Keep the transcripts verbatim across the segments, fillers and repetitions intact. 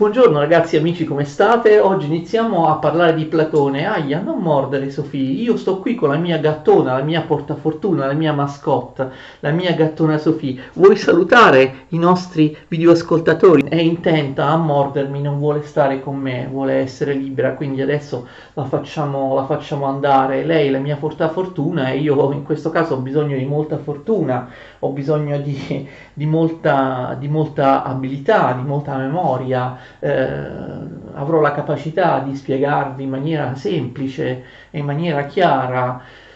Buongiorno ragazzi, amici, come state? Oggi iniziamo a parlare di Platone. Aia, non mordere Sofì, io sto qui con la mia gattona, la mia portafortuna, la mia mascotte, la mia gattona Sofì. Vuoi salutare i nostri videoascoltatori? È intenta a mordermi, non vuole stare con me, vuole essere libera, quindi adesso la facciamo, la facciamo andare. Lei è la mia portafortuna e io in questo caso ho bisogno di molta fortuna, ho bisogno di, di molta, di molta abilità, di molta memoria. Eh, avrò la capacità di spiegarvi in maniera semplice e in maniera chiara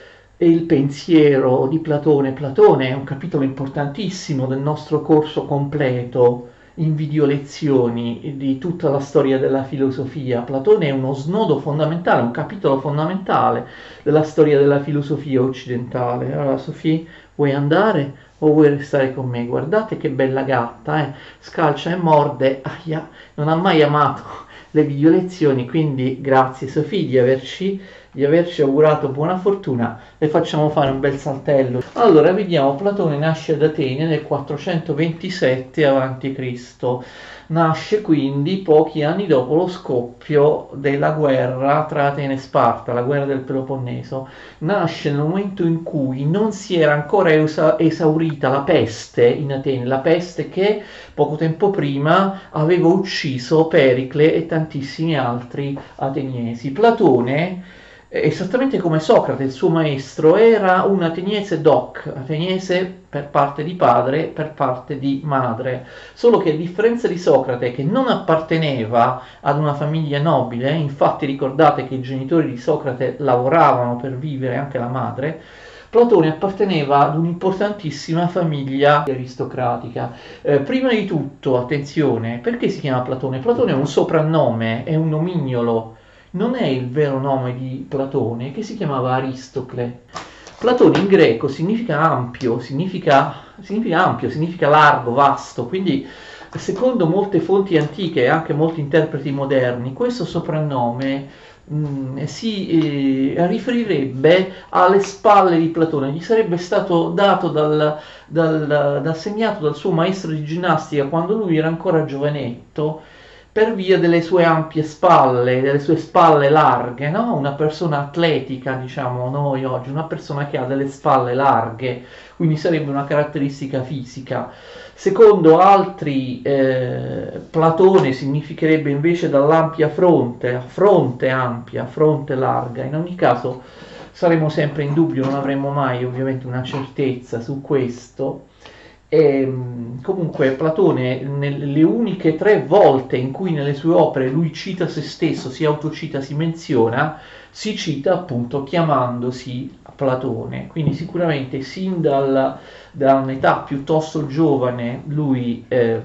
il pensiero di Platone. Platone è un capitolo importantissimo del nostro corso completo in video lezioni di tutta la storia della filosofia. Platone è uno snodo fondamentale, un capitolo fondamentale della storia della filosofia occidentale. Allora, Sofì, vuoi andare o vuoi restare con me? Guardate che bella gatta, eh? Scalcia e morde. Aia, non ha mai amato le video lezioni, quindi grazie Sofì di averci, di averci augurato buona fortuna. Le facciamo fare un bel saltello. Allora, vediamo, Platone nasce ad Atene nel quattrocentoventisette avanti Cristo. Nasce quindi pochi anni dopo lo scoppio della guerra tra Atene e Sparta, la guerra del Peloponneso. Nasce nel momento in cui non si era ancora esa- esaurita la peste in Atene, la peste che poco tempo prima aveva ucciso Pericle e tantissimi altri ateniesi. Platone, esattamente come Socrate, il suo maestro, era un ateniese doc, ateniese per parte di padre, per parte di madre, solo che a differenza di Socrate, che non apparteneva ad una famiglia nobile, infatti ricordate che i genitori di Socrate lavoravano per vivere, anche la madre, Platone apparteneva ad un'importantissima famiglia aristocratica. Eh, prima di tutto, attenzione, perché si chiama Platone? Platone è un soprannome, è un nomignolo, non è il vero nome di Platone, che si chiamava Aristocle. Platone in greco significa ampio, significa, significa ampio, significa largo, vasto, quindi secondo molte fonti antiche e anche molti interpreti moderni, questo soprannome mh, si eh, riferirebbe alle spalle di Platone, gli sarebbe stato dato dal, dal, dal segnato dal suo maestro di ginnastica quando lui era ancora giovanetto, per via delle sue ampie spalle, delle sue spalle larghe, no? Una persona atletica, diciamo noi oggi, una persona che ha delle spalle larghe, quindi sarebbe una caratteristica fisica. Secondo altri, eh, Platone significherebbe invece dall'ampia fronte, fronte ampia, fronte larga. In ogni caso saremo sempre in dubbio, non avremo mai ovviamente una certezza su questo. E, comunque Platone, nelle uniche tre volte in cui nelle sue opere lui cita se stesso, si autocita, si menziona, si cita appunto chiamandosi Platone. Quindi sicuramente sin dal, da un'età piuttosto giovane lui eh,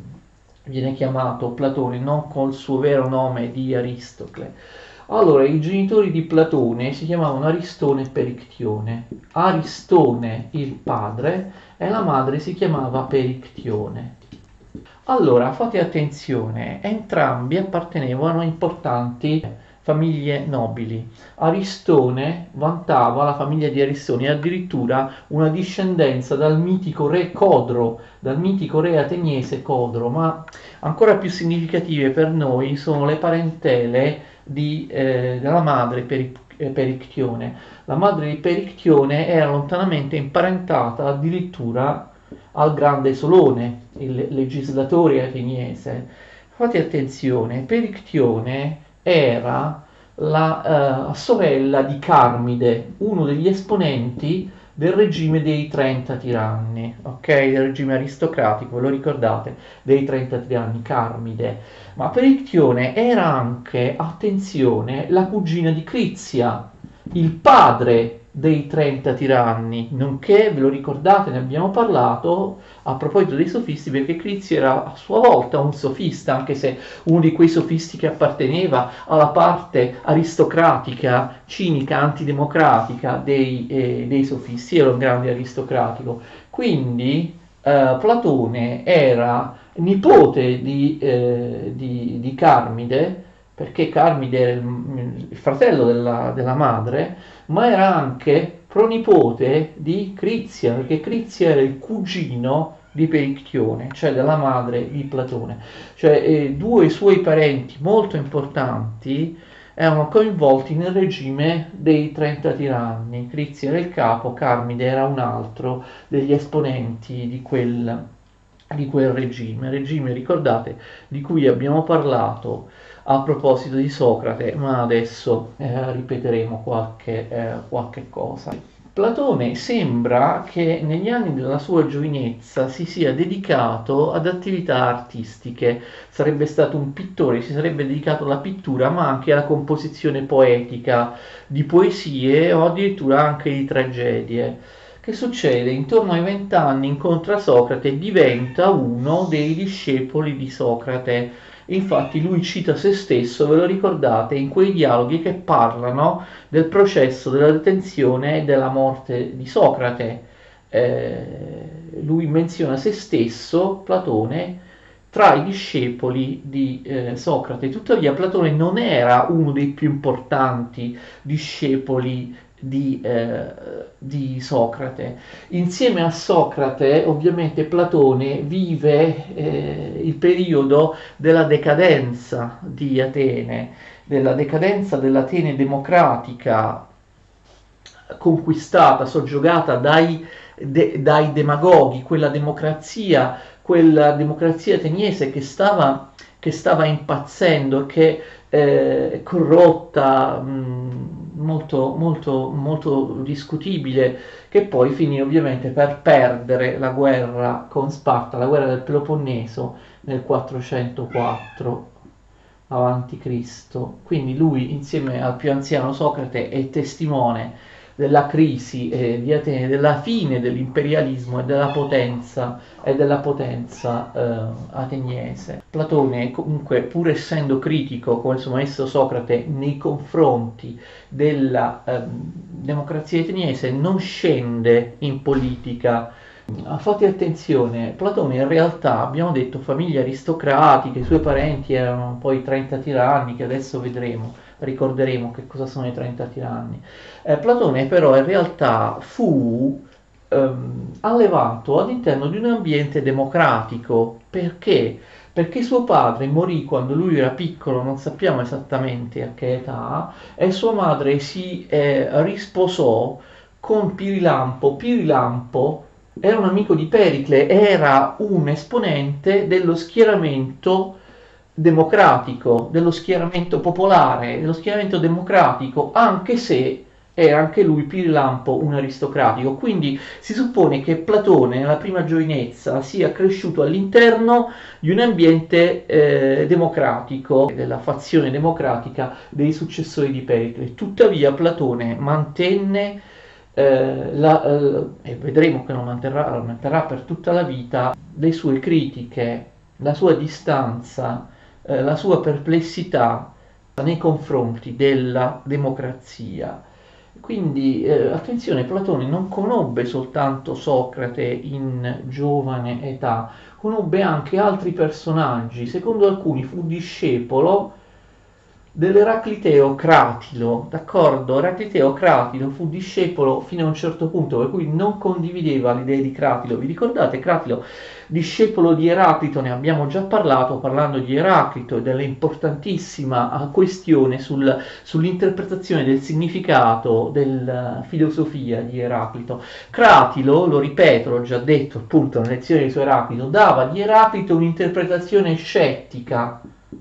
viene chiamato Platone, non col suo vero nome di Aristocle. Allora, i genitori di Platone si chiamavano Aristone e Perictione. Aristone il padre e la madre si chiamava Perictione. Allora, fate attenzione, entrambi appartenevano a importanti famiglie nobili. Aristone vantava, la famiglia di Aristone, addirittura una discendenza dal mitico re Codro, dal mitico re ateniese Codro, ma ancora più significative per noi sono le parentele di, eh, della madre Peric- eh, Perictione. La madre di Perictione era lontanamente imparentata addirittura al grande Solone, il legislatore ateniese. Fate attenzione, Perictione era la uh, sorella di Carmide, uno degli esponenti del regime dei trenta tiranni, ok? Del regime aristocratico, ve lo ricordate? Dei trenta tiranni, Carmide. Ma Perictione era anche, attenzione, la cugina di Crizia, il padre dei trenta tiranni, nonché, ve lo ricordate, ne abbiamo parlato a proposito dei sofisti, perché Crizia era a sua volta un sofista, anche se uno di quei sofisti che apparteneva alla parte aristocratica, cinica, antidemocratica dei, eh, dei sofisti, era un grande aristocratico. Quindi eh, Platone era nipote di, eh, di, di Carmide, perché Carmide era il, il fratello della, della madre, ma era anche pronipote di Crizia, perché Crizia era il cugino di Perictione, cioè della madre di Platone. Cioè eh, due suoi parenti molto importanti erano coinvolti nel regime dei trenta tiranni. Crizio era il capo, Carmide era un altro degli esponenti di quel, di quel regime. Regime, ricordate, di cui abbiamo parlato a proposito di Socrate, ma adesso eh, ripeteremo qualche, eh, qualche cosa. Platone sembra che negli anni della sua giovinezza si sia dedicato ad attività artistiche, sarebbe stato un pittore, si sarebbe dedicato alla pittura ma anche alla composizione poetica di poesie o addirittura anche di tragedie. Che succede? Intorno ai vent'anni incontra Socrate e diventa uno dei discepoli di Socrate. Infatti lui cita se stesso, ve lo ricordate, in quei dialoghi che parlano del processo della detenzione e della morte di Socrate. Eh, lui menziona se stesso, Platone, tra i discepoli di eh, Socrate. Tuttavia Platone non era uno dei più importanti discepoli di, eh, di Socrate. Insieme a Socrate, ovviamente, Platone vive eh, il periodo della decadenza di Atene, della decadenza dell'Atene democratica conquistata, soggiogata dai, de, dai demagoghi, quella democrazia, quella democrazia ateniese che stava, che stava impazzendo, che eh, corrotta, mh, molto, molto, molto discutibile, che poi finì ovviamente per perdere la guerra con Sparta, la guerra del Peloponneso nel quattrocentoquattro avanti Cristo. Quindi lui, insieme al più anziano Socrate, è testimone della crisi eh, di Atene, della fine dell'imperialismo e della potenza, e della potenza eh, ateniese. Platone, comunque, pur essendo critico, come il suo maestro Socrate, nei confronti della eh, democrazia ateniese, non scende in politica. Fate attenzione, Platone in realtà, abbiamo detto, famiglie aristocratiche, i suoi parenti erano poi trenta tiranni, che adesso vedremo, ricorderemo che cosa sono i trenta tiranni. Eh, Platone però in realtà fu ehm, allevato all'interno di un ambiente democratico. Perché? Perché suo padre morì quando lui era piccolo, non sappiamo esattamente a che età, e sua madre si eh, risposò con Pirilampo. Pirilampo era un amico di Pericle, era un esponente dello schieramento democratico, dello schieramento popolare, dello schieramento democratico, anche se era anche lui Pirilampo un aristocratico. Quindi si suppone che Platone nella prima giovinezza sia cresciuto all'interno di un ambiente eh, democratico, della fazione democratica dei successori di Pericle. Tuttavia Platone mantenne eh, la, eh, e vedremo che lo manterrà, lo manterrà per tutta la vita, le sue critiche, la sua distanza, eh, la sua perplessità nei confronti della democrazia. Quindi eh, attenzione, Platone non conobbe soltanto Socrate in giovane età, conobbe anche altri personaggi. Secondo alcuni fu discepolo dell'Eracliteo Cratilo, d'accordo? Eracliteo Cratilo fu discepolo fino a un certo punto, per cui non condivideva le idee di Cratilo. Vi ricordate? Cratilo, discepolo di Eraclito, ne abbiamo già parlato parlando di Eraclito e dell'importantissima questione sul, sull'interpretazione del significato della filosofia di Eraclito. Cratilo, lo ripeto, l'ho già detto appunto nelle lezioni su Eraclito, dava di Eraclito un'interpretazione scettica,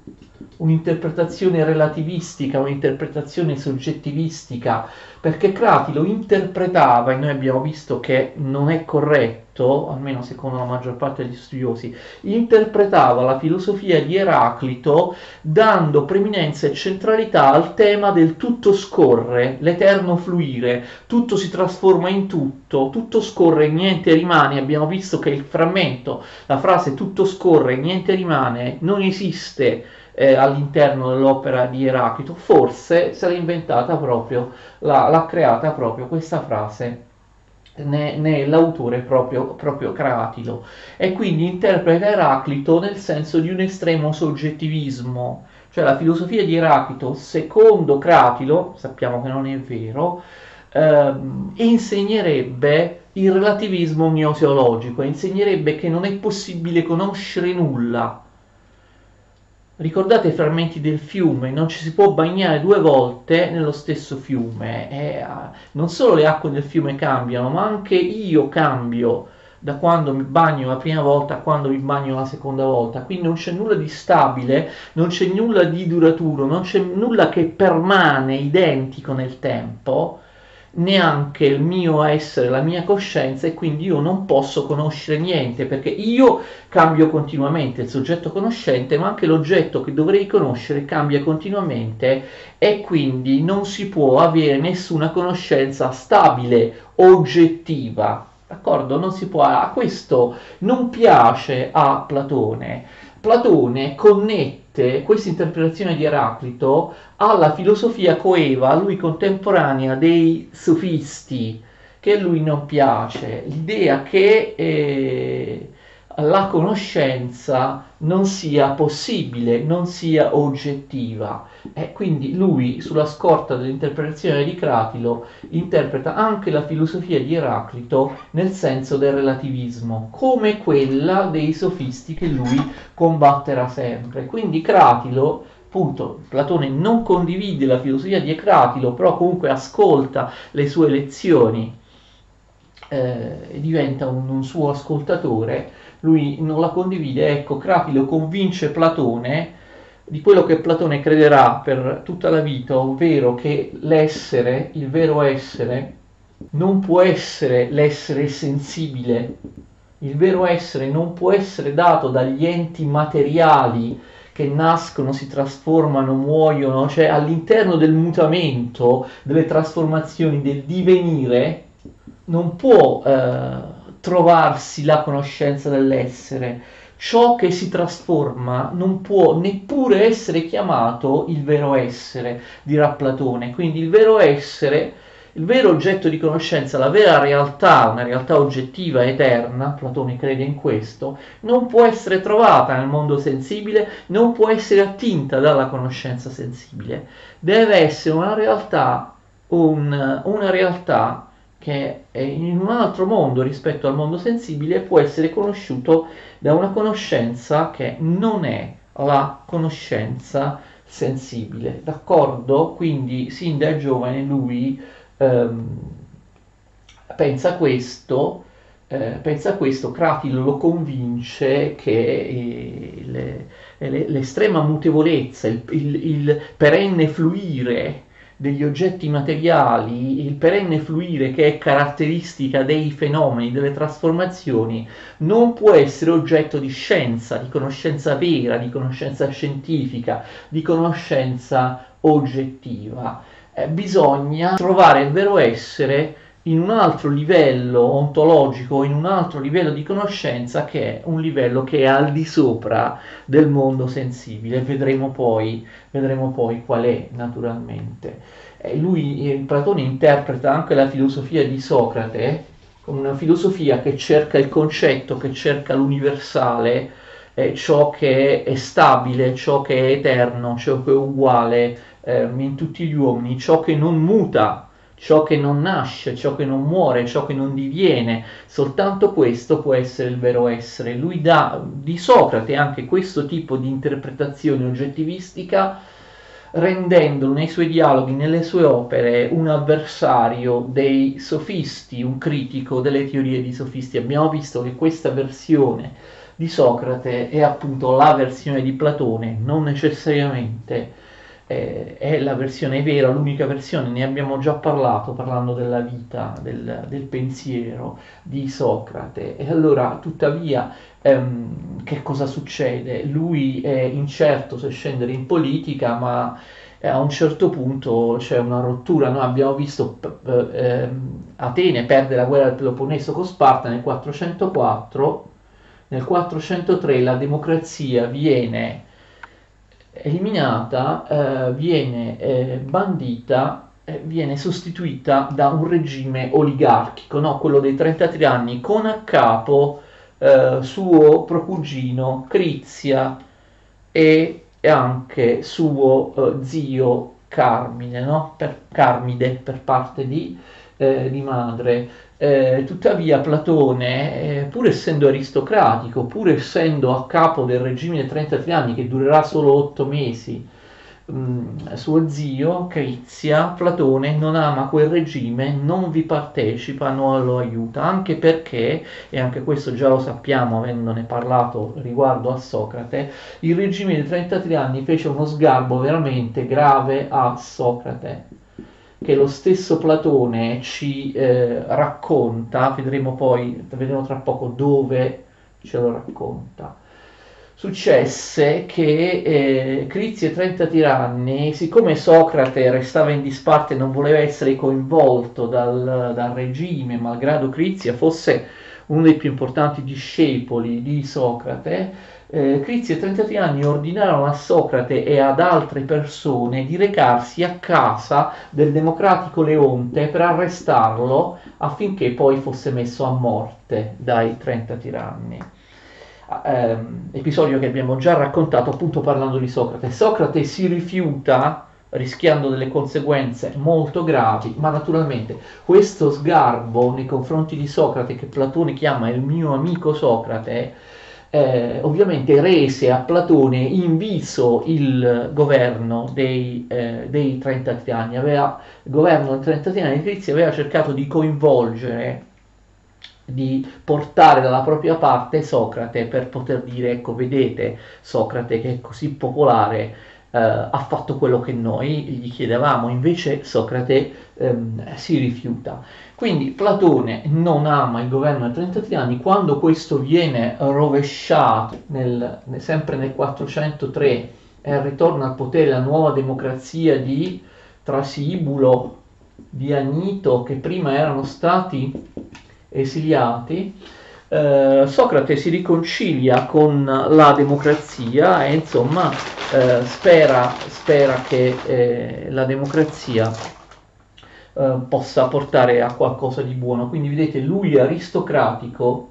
un'interpretazione relativistica, un'interpretazione soggettivistica, perché Cratilo interpretava, e noi abbiamo visto che non è corretto, almeno secondo la maggior parte degli studiosi, interpretava la filosofia di Eraclito dando preminenza e centralità al tema del tutto scorre, l'eterno fluire, tutto si trasforma in tutto, tutto scorre e niente rimane. Abbiamo visto che il frammento, la frase tutto scorre e niente rimane, non esiste Eh, all'interno dell'opera di Eraclito. Forse se l'ha inventata proprio, l'ha, l'ha creata proprio questa frase, ne, ne l'autore proprio, proprio Cratilo, e quindi interpreta Eraclito nel senso di un estremo soggettivismo, cioè la filosofia di Eraclito, secondo Cratilo, sappiamo che non è vero, ehm, insegnerebbe il relativismo gnoseologico, insegnerebbe che non è possibile conoscere nulla. Ricordate i frammenti del fiume, non ci si può bagnare due volte nello stesso fiume, e, uh, non solo le acque del fiume cambiano, ma anche io cambio da quando mi bagno la prima volta a quando mi bagno la seconda volta, quindi non c'è nulla di stabile, non c'è nulla di duraturo, non c'è nulla che permane identico nel tempo, neanche il mio essere, la mia coscienza, e quindi io non posso conoscere niente, perché io cambio continuamente, il soggetto conoscente, ma anche l'oggetto che dovrei conoscere cambia continuamente, e quindi non si può avere nessuna conoscenza stabile, oggettiva. D'accordo? Non si può. A questo non piace a Platone. Platone connette questa interpretazione di Eraclito alla filosofia coeva, a lui contemporanea, dei sofisti, che a lui non piace. L'idea che eh, la conoscenza non sia possibile, non sia oggettiva. E quindi lui, sulla scorta dell'interpretazione di Cratilo, interpreta anche la filosofia di Eraclito nel senso del relativismo, come quella dei sofisti che lui combatterà sempre. Quindi Cratilo, appunto, Platone non condivide la filosofia di Cratilo, però comunque ascolta le sue lezioni eh, e diventa un, un suo ascoltatore. Lui non la condivide, ecco, Cratilo convince Platone di quello che Platone crederà per tutta la vita, ovvero che l'essere, il vero essere, non può essere l'essere sensibile. Il vero essere non può essere dato dagli enti materiali che nascono, si trasformano, muoiono, cioè all'interno del mutamento, delle trasformazioni, del divenire, non può eh, trovarsi la conoscenza dell'essere. Ciò che si trasforma non può neppure essere chiamato il vero essere, dirà Platone. Quindi il vero essere, il vero oggetto di conoscenza, la vera realtà, una realtà oggettiva, eterna, Platone crede in questo, non può essere trovata nel mondo sensibile, non può essere attinta dalla conoscenza sensibile. Deve essere una realtà, un, una realtà che è in un altro mondo rispetto al mondo sensibile, può essere conosciuto da una conoscenza che non è la conoscenza sensibile, d'accordo? Quindi sin da giovane lui ehm, pensa questo, eh, pensa questo, Cratilo lo convince che eh, le, le, l'estrema mutevolezza, il, il, il perenne fluire degli oggetti materiali, il perenne fluire che è caratteristica dei fenomeni, delle trasformazioni, non può essere oggetto di scienza, di conoscenza vera, di conoscenza scientifica, di conoscenza oggettiva. Eh, bisogna trovare il vero essere in un altro livello ontologico, in un altro livello di conoscenza, che è un livello che è al di sopra del mondo sensibile. Vedremo poi, vedremo poi qual è, naturalmente. Eh, lui, eh, Platone, interpreta anche la filosofia di Socrate come una filosofia che cerca il concetto, che cerca l'universale, eh, ciò che è stabile, ciò che è eterno, ciò che è uguale eh, in tutti gli uomini, ciò che non muta, ciò che non nasce, ciò che non muore, ciò che non diviene. Soltanto questo può essere il vero essere. Lui dà di Socrate anche questo tipo di interpretazione oggettivistica, rendendolo nei suoi dialoghi, nelle sue opere, un avversario dei sofisti, un critico delle teorie di sofisti. Abbiamo visto che questa versione di Socrate è appunto la versione di Platone, non necessariamente eh, è la versione vera, l'unica versione. Ne abbiamo già parlato, parlando della vita, del, del pensiero di Socrate. E allora, tuttavia, ehm, che cosa succede? Lui è incerto se scendere in politica, ma a un certo punto c'è una rottura. Noi abbiamo visto eh, Atene perde la guerra del Peloponneso con Sparta nel quattrocentoquattro, nel quattrocentotre la democrazia viene eliminata, eh, viene eh, bandita, eh, viene sostituita da un regime oligarchico, no? Quello dei trentatré anni, con a capo eh, suo procugino Crizia e e anche suo eh, zio Carmine, no? Per, Carmide per parte di eh, di madre. Eh, tuttavia Platone, eh, pur essendo aristocratico, pur essendo a capo del regime dei trentatré anni che durerà solo otto mesi, mh, suo zio Crizia, Platone non ama quel regime, non vi partecipa, non lo aiuta, anche perché, e anche questo già lo sappiamo avendone parlato riguardo a Socrate, il regime dei trentatré anni fece uno sgarbo veramente grave a Socrate, che lo stesso Platone ci eh, racconta, vedremo poi, vedremo tra poco dove ce lo racconta. Successe che eh, Crizia e trenta tiranni, siccome Socrate restava in disparte e non voleva essere coinvolto dal, dal regime, malgrado Crizia fosse uno dei più importanti discepoli di Socrate, eh, Crizia e trenta tiranni ordinarono a Socrate e ad altre persone di recarsi a casa del democratico Leonte per arrestarlo affinché poi fosse messo a morte dai trenta tiranni. Ehm, episodio che abbiamo già raccontato appunto parlando di Socrate. Socrate si rifiuta rischiando delle conseguenze molto gravi, ma naturalmente questo sgarbo nei confronti di Socrate, che Platone chiama il mio amico Socrate, eh, ovviamente rese a Platone inviso il governo dei, eh, dei trentatré anni. Aveva, il governo dei trentatré anni di Crizia aveva cercato di coinvolgere, di portare dalla propria parte Socrate per poter dire, ecco, vedete Socrate che è così popolare, eh, ha fatto quello che noi gli chiedevamo, invece Socrate ehm, si rifiuta. Quindi Platone non ama il governo dei trentatré anni. Quando questo viene rovesciato nel, sempre nel quattrocentotre e ritorna al potere la nuova democrazia di Trasibulo, di Anito, che prima erano stati esiliati, eh, Socrate si riconcilia con la democrazia e insomma eh, spera, spera che eh, la democrazia eh, possa portare a qualcosa di buono. Quindi vedete, lui aristocratico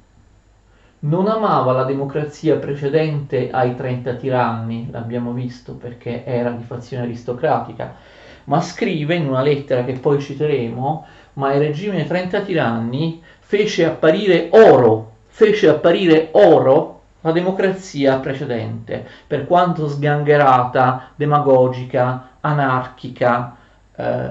non amava la democrazia precedente ai trenta tiranni, l'abbiamo visto perché era di fazione aristocratica, ma scrive in una lettera che poi citeremo: ma il regime dei trenta tiranni fece apparire oro, fece apparire oro la democrazia precedente, per quanto sgangherata, demagogica, anarchica, eh,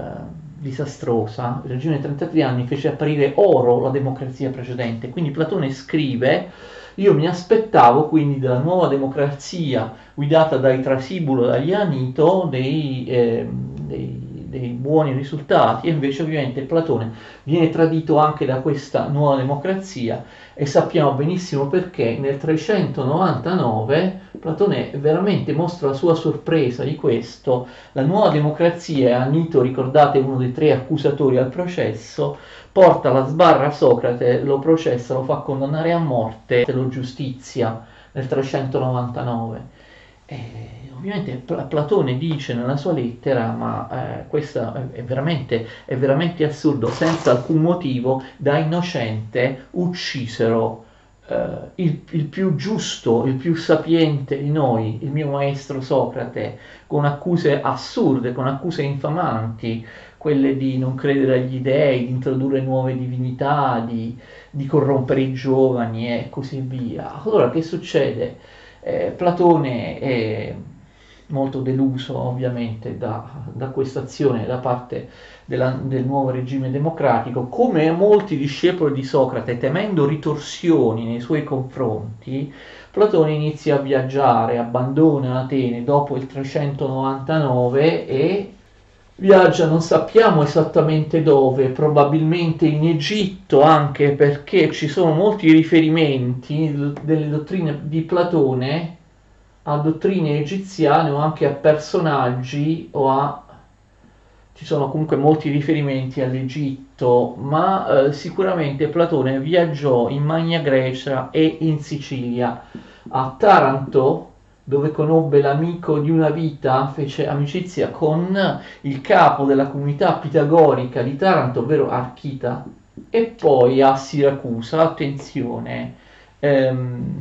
disastrosa. Il regime dei trentatré anni fece apparire oro la democrazia precedente. Quindi Platone scrive: io mi aspettavo quindi della nuova democrazia guidata dai Trasibulo, dagli Anito, dei, eh, dei, dei buoni risultati, e invece ovviamente Platone viene tradito anche da questa nuova democrazia, e sappiamo benissimo perché nel trecentonovantanove Platone veramente mostra la sua sorpresa di questo. La nuova democrazia, e Anito, ricordate, uno dei tre accusatori al processo, porta la sbarra a Socrate, lo processa, lo fa condannare a morte e lo giustizia nel trecentonovantanove. E ovviamente Platone dice nella sua lettera: ma eh, questo è veramente, è veramente assurdo, senza alcun motivo da innocente uccisero eh, il, il più giusto, il più sapiente di noi, il mio maestro Socrate, con accuse assurde, con accuse infamanti, quelle di non credere agli dei, di introdurre nuove divinità, di, di corrompere i giovani e così via. Allora che succede? Eh, Platone è molto deluso ovviamente da, da questa azione da parte della, del nuovo regime democratico. Come molti discepoli di Socrate, temendo ritorsioni nei suoi confronti, Platone inizia a viaggiare, abbandona Atene dopo il trecentonovantanove e viaggia, non sappiamo esattamente dove, probabilmente in Egitto, anche perché ci sono molti riferimenti delle dottrine di Platone a dottrine egiziane o anche a personaggi o a... ci sono comunque molti riferimenti all'Egitto, ma eh, sicuramente Platone viaggiò in Magna Grecia e in Sicilia. A Taranto, dove conobbe l'amico di una vita, fece amicizia con il capo della comunità pitagorica di Taranto, ovvero Archita, e poi a Siracusa. Attenzione, ehm,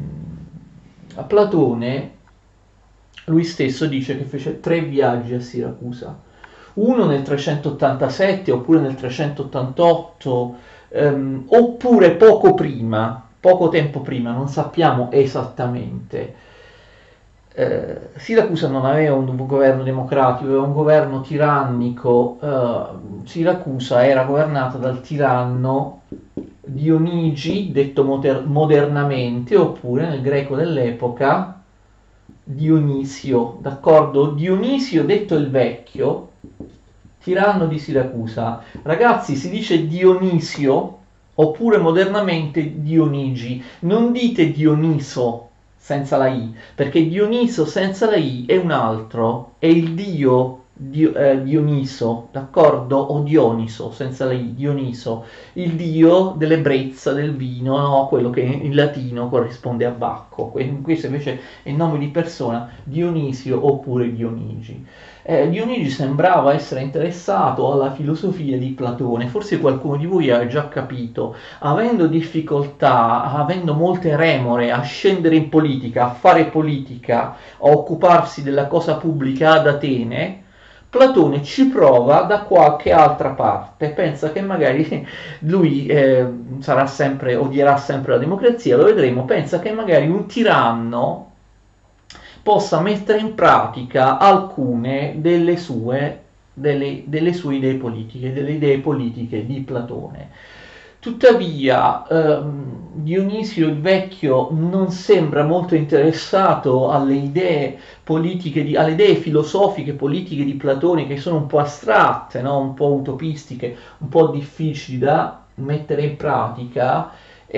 a Platone lui stesso dice che fece tre viaggi a Siracusa. uno nel trecentottantasette oppure nel trecentottantotto, ehm, oppure poco prima, poco tempo prima, non sappiamo esattamente. Eh, Siracusa non aveva un governo democratico, aveva un governo tirannico. eh, Siracusa era governata dal tiranno Dionigi, detto moder- modernamente, oppure nel greco dell'epoca Dionisio, d'accordo? Dionisio, detto il vecchio, tiranno di Siracusa. Ragazzi, si dice Dionisio oppure modernamente Dionigi. Non dite Dioniso senza la I, perché Dioniso senza la I è un altro, è il dio Dio- eh, Dioniso, d'accordo? O Dioniso senza la I, Dioniso, il dio dell'ebbrezza, del vino, no? Quello che in latino corrisponde a Bacco. Que- Questo invece è il nome di persona, Dionisio oppure Dionigi. Eh, Dionigi sembrava essere interessato alla filosofia di Platone, forse qualcuno di voi ha già capito, avendo difficoltà, avendo molte remore a scendere in politica, a fare politica, a occuparsi della cosa pubblica ad Atene, Platone ci prova da qualche altra parte, pensa che magari lui eh, sarà sempre, odierà sempre la democrazia, lo vedremo, pensa che magari un tiranno possa mettere in pratica alcune delle sue, delle, delle sue idee politiche, delle idee politiche di Platone. Tuttavia, ehm, Dionisio il Vecchio non sembra molto interessato alle idee politiche, di, alle idee filosofiche politiche di Platone, che sono un po' astratte, no? Un po' utopistiche, un po' difficili da mettere in pratica,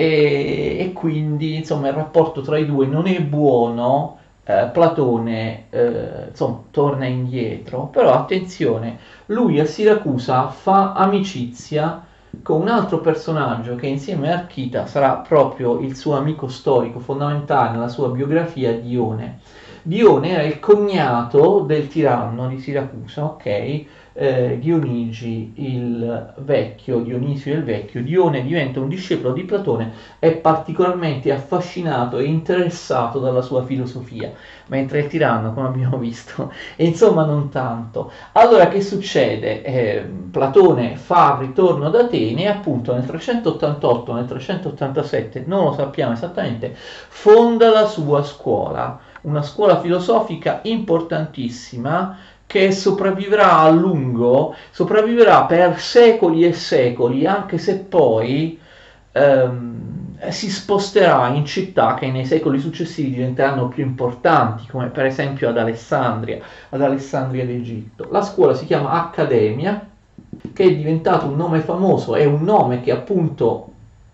e, e quindi insomma il rapporto tra i due non è buono. eh, Platone eh, insomma torna indietro, però attenzione, lui a Siracusa fa amicizia con un altro personaggio che insieme a Archita sarà proprio il suo amico storico fondamentale nella sua biografia, Dione. Dione era il cognato del tiranno di Siracusa, ok? Eh, Dionigi il vecchio, Dionisio il vecchio. Dione diventa un discepolo di Platone, è particolarmente affascinato e interessato dalla sua filosofia, mentre il tiranno, come abbiamo visto, e insomma non tanto. Allora che succede? Eh, Platone fa il ritorno ad Atene e appunto nel trecentottantotto, nel trecentottantasette, non lo sappiamo esattamente, fonda la sua scuola, una scuola filosofica importantissima che sopravvivrà a lungo, sopravvivrà per secoli e secoli, anche se poi ehm, si sposterà in città che nei secoli successivi diventeranno più importanti, come per esempio ad Alessandria, ad Alessandria d'Egitto. La scuola si chiama Accademia, che è diventato un nome famoso, è un nome che appunto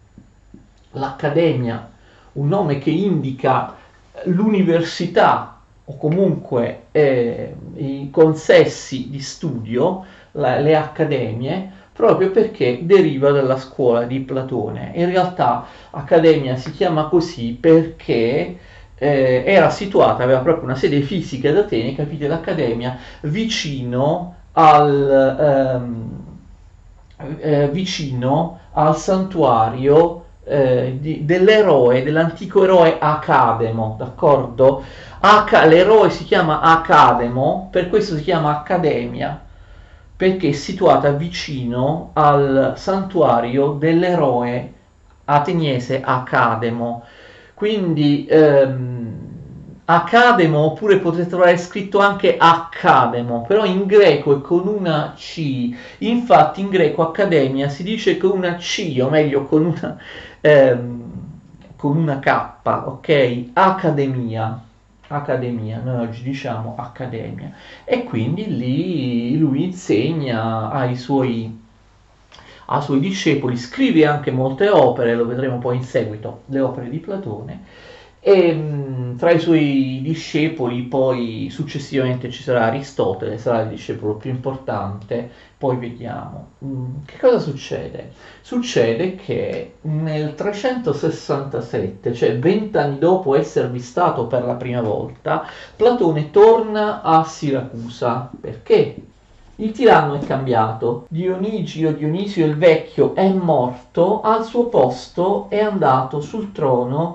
l'Accademia, un nome che indica l'università o comunque eh, i consessi di studio, la, le accademie, proprio perché deriva dalla scuola di Platone. In realtà Accademia si chiama così perché eh, era situata, aveva proprio una sede fisica ad Atene, capite, l'Accademia, vicino al, ehm, eh, vicino al santuario eh, di- dell'eroe, dell'antico eroe Academo, d'accordo? Aca- l'eroe si chiama Academo, per questo si chiama Accademia, perché è situata vicino al santuario dell'eroe ateniese Academo. Quindi ehm, Academo, oppure potete trovare scritto anche Accademo, però in greco è con una C. Infatti in greco Accademia si dice con una C, o meglio con una, ehm, con una K, ok? Accademia. Accademia, noi oggi diciamo Accademia. E quindi lì lui insegna ai suoi, ai suoi discepoli, scrive anche molte opere, lo vedremo poi in seguito, le opere di Platone, e mh, tra i suoi discepoli poi successivamente ci sarà Aristotele, sarà il discepolo più importante, poi vediamo. Mm, che cosa succede? Succede che nel trecentosessantasette, cioè vent'anni dopo esservi stato per la prima volta, Platone torna a Siracusa. Perché? Il tiranno è cambiato, Dionigio Dionisio il Vecchio è morto, al suo posto è andato sul trono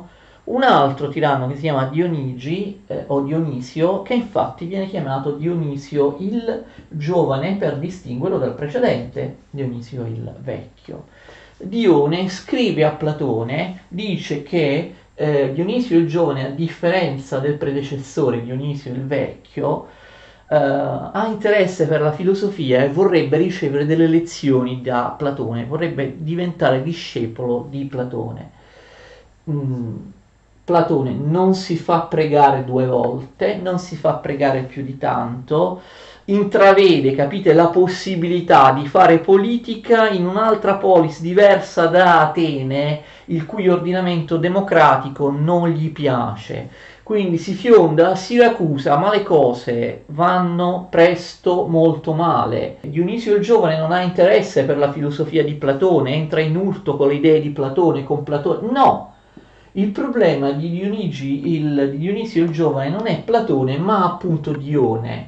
un altro tiranno che si chiama Dionigi eh, o Dionisio, che infatti viene chiamato Dionisio il giovane per distinguerlo dal precedente, Dionisio il vecchio. Dione scrive a Platone, dice che eh, Dionisio il giovane, a differenza del predecessore Dionisio il vecchio, eh, ha interesse per la filosofia e vorrebbe ricevere delle lezioni da Platone, vorrebbe diventare discepolo di Platone. Mm, Platone non si fa pregare due volte, non si fa pregare più di tanto, intravede, capite, la possibilità di fare politica in un'altra polis diversa da Atene, il cui ordinamento democratico non gli piace. Quindi si fionda a Siracusa, ma le cose vanno presto molto male. Dionisio il giovane non ha interesse per la filosofia di Platone, entra in urto con le idee di Platone, con Platone. No! Il problema di, Dionigi, il, di Dionisio il giovane non è Platone, ma appunto Dione.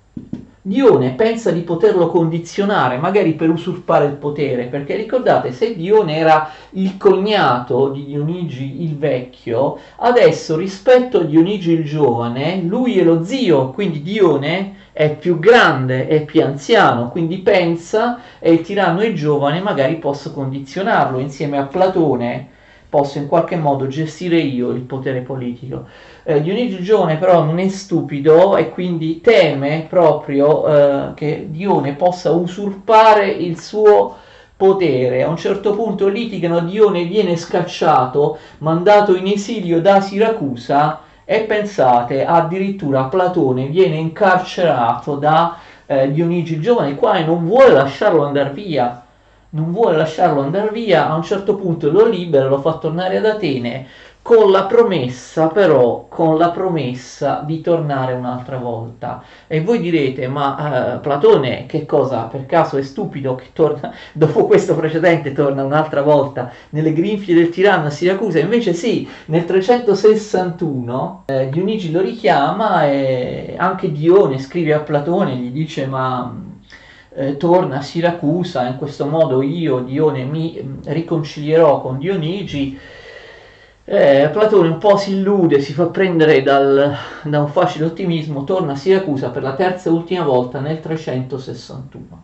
Dione pensa di poterlo condizionare, magari per usurpare il potere, perché ricordate, se Dione era il cognato di Dionigi il vecchio, adesso rispetto a Dionigi il giovane, lui è lo zio, quindi Dione è più grande, è più anziano, quindi pensa, e il tiranno è giovane, magari posso condizionarlo insieme a Platone, posso in qualche modo gestire io il potere politico. Eh, Dionigi il giovane però non è stupido e quindi teme proprio eh, che Dione possa usurpare il suo potere. A un certo punto litigano, Dione viene scacciato, mandato in esilio da Siracusa e pensate, addirittura Platone viene incarcerato da eh, Dionigi il giovane, il quale non vuole lasciarlo andare via. Non vuole lasciarlo andare via, a un certo punto lo libera, lo fa tornare ad Atene, con la promessa però, con la promessa di tornare un'altra volta. E voi direte, ma eh, Platone che cosa, per caso è stupido che torna, dopo questo precedente torna un'altra volta nelle grinfie del tiranno a Siracusa? Invece sì, nel trecentosessantuno eh, Dionigi lo richiama e anche Dione scrive a Platone, gli dice ma... Eh, torna a Siracusa, in questo modo io, Dione, mi riconcilierò con Dionigi. Eh, Platone un po' si illude, si fa prendere dal, da un facile ottimismo, torna a Siracusa per la terza e ultima volta nel trecentosessantuno.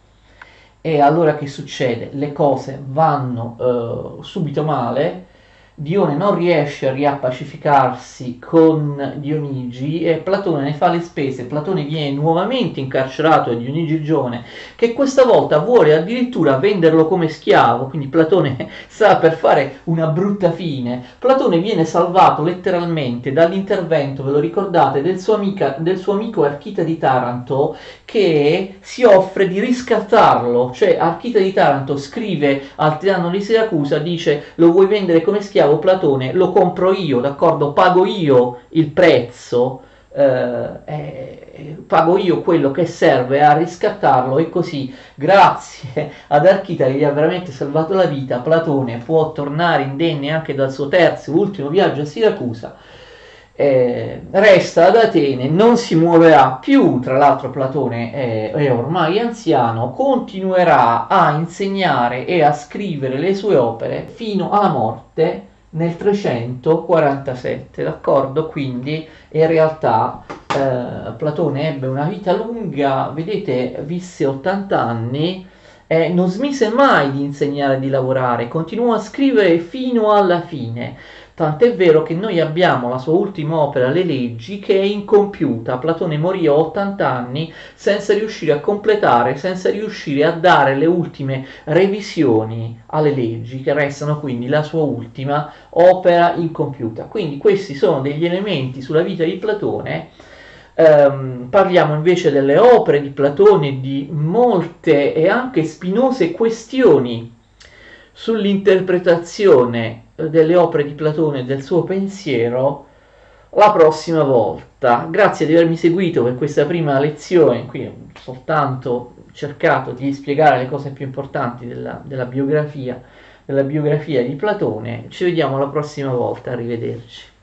E allora che succede? Le cose vanno eh, subito male, Dione non riesce a riappacificarsi con Dionigi e Platone ne fa le spese. Platone viene nuovamente incarcerato da Dionigi il giovane, che questa volta vuole addirittura venderlo come schiavo, quindi Platone sta per fare una brutta fine. Platone viene salvato letteralmente dall'intervento, ve lo ricordate, del suo, amica, del suo amico Archita di Taranto, che si offre di riscattarlo. Cioè Archita di Taranto scrive al tiranno di Siracusa, dice: lo vuoi vendere come schiavo Platone? Lo compro io, d'accordo? Pago io il prezzo, eh, eh, pago io quello che serve a riscattarlo, e così grazie ad Archita che gli ha veramente salvato la vita, Platone può tornare indenne anche dal suo terzo e ultimo viaggio a Siracusa. Eh, resta ad Atene, non si muoverà più, tra l'altro Platone è, è ormai anziano, continuerà a insegnare e a scrivere le sue opere fino alla morte nel trecentoquarantasette, d'accordo? Quindi in realtà eh, Platone ebbe una vita lunga, vedete, visse ottanta anni e non smise mai di insegnare e di lavorare, continuò a scrivere fino alla fine. Tant'è vero che noi abbiamo la sua ultima opera, Le leggi, che è incompiuta. Platone morì a ottanta anni senza riuscire a completare, senza riuscire a dare le ultime revisioni alle leggi, che restano quindi la sua ultima opera incompiuta. Quindi questi sono degli elementi sulla vita di Platone. Um, parliamo invece delle opere di Platone, di molte e anche spinose questioni sull'interpretazione delle opere di Platone e del suo pensiero la prossima volta. Grazie di avermi seguito per questa prima lezione. Qui ho soltanto cercato di spiegare le cose più importanti della, della biografia, della biografia di Platone. Ci vediamo la prossima volta, arrivederci.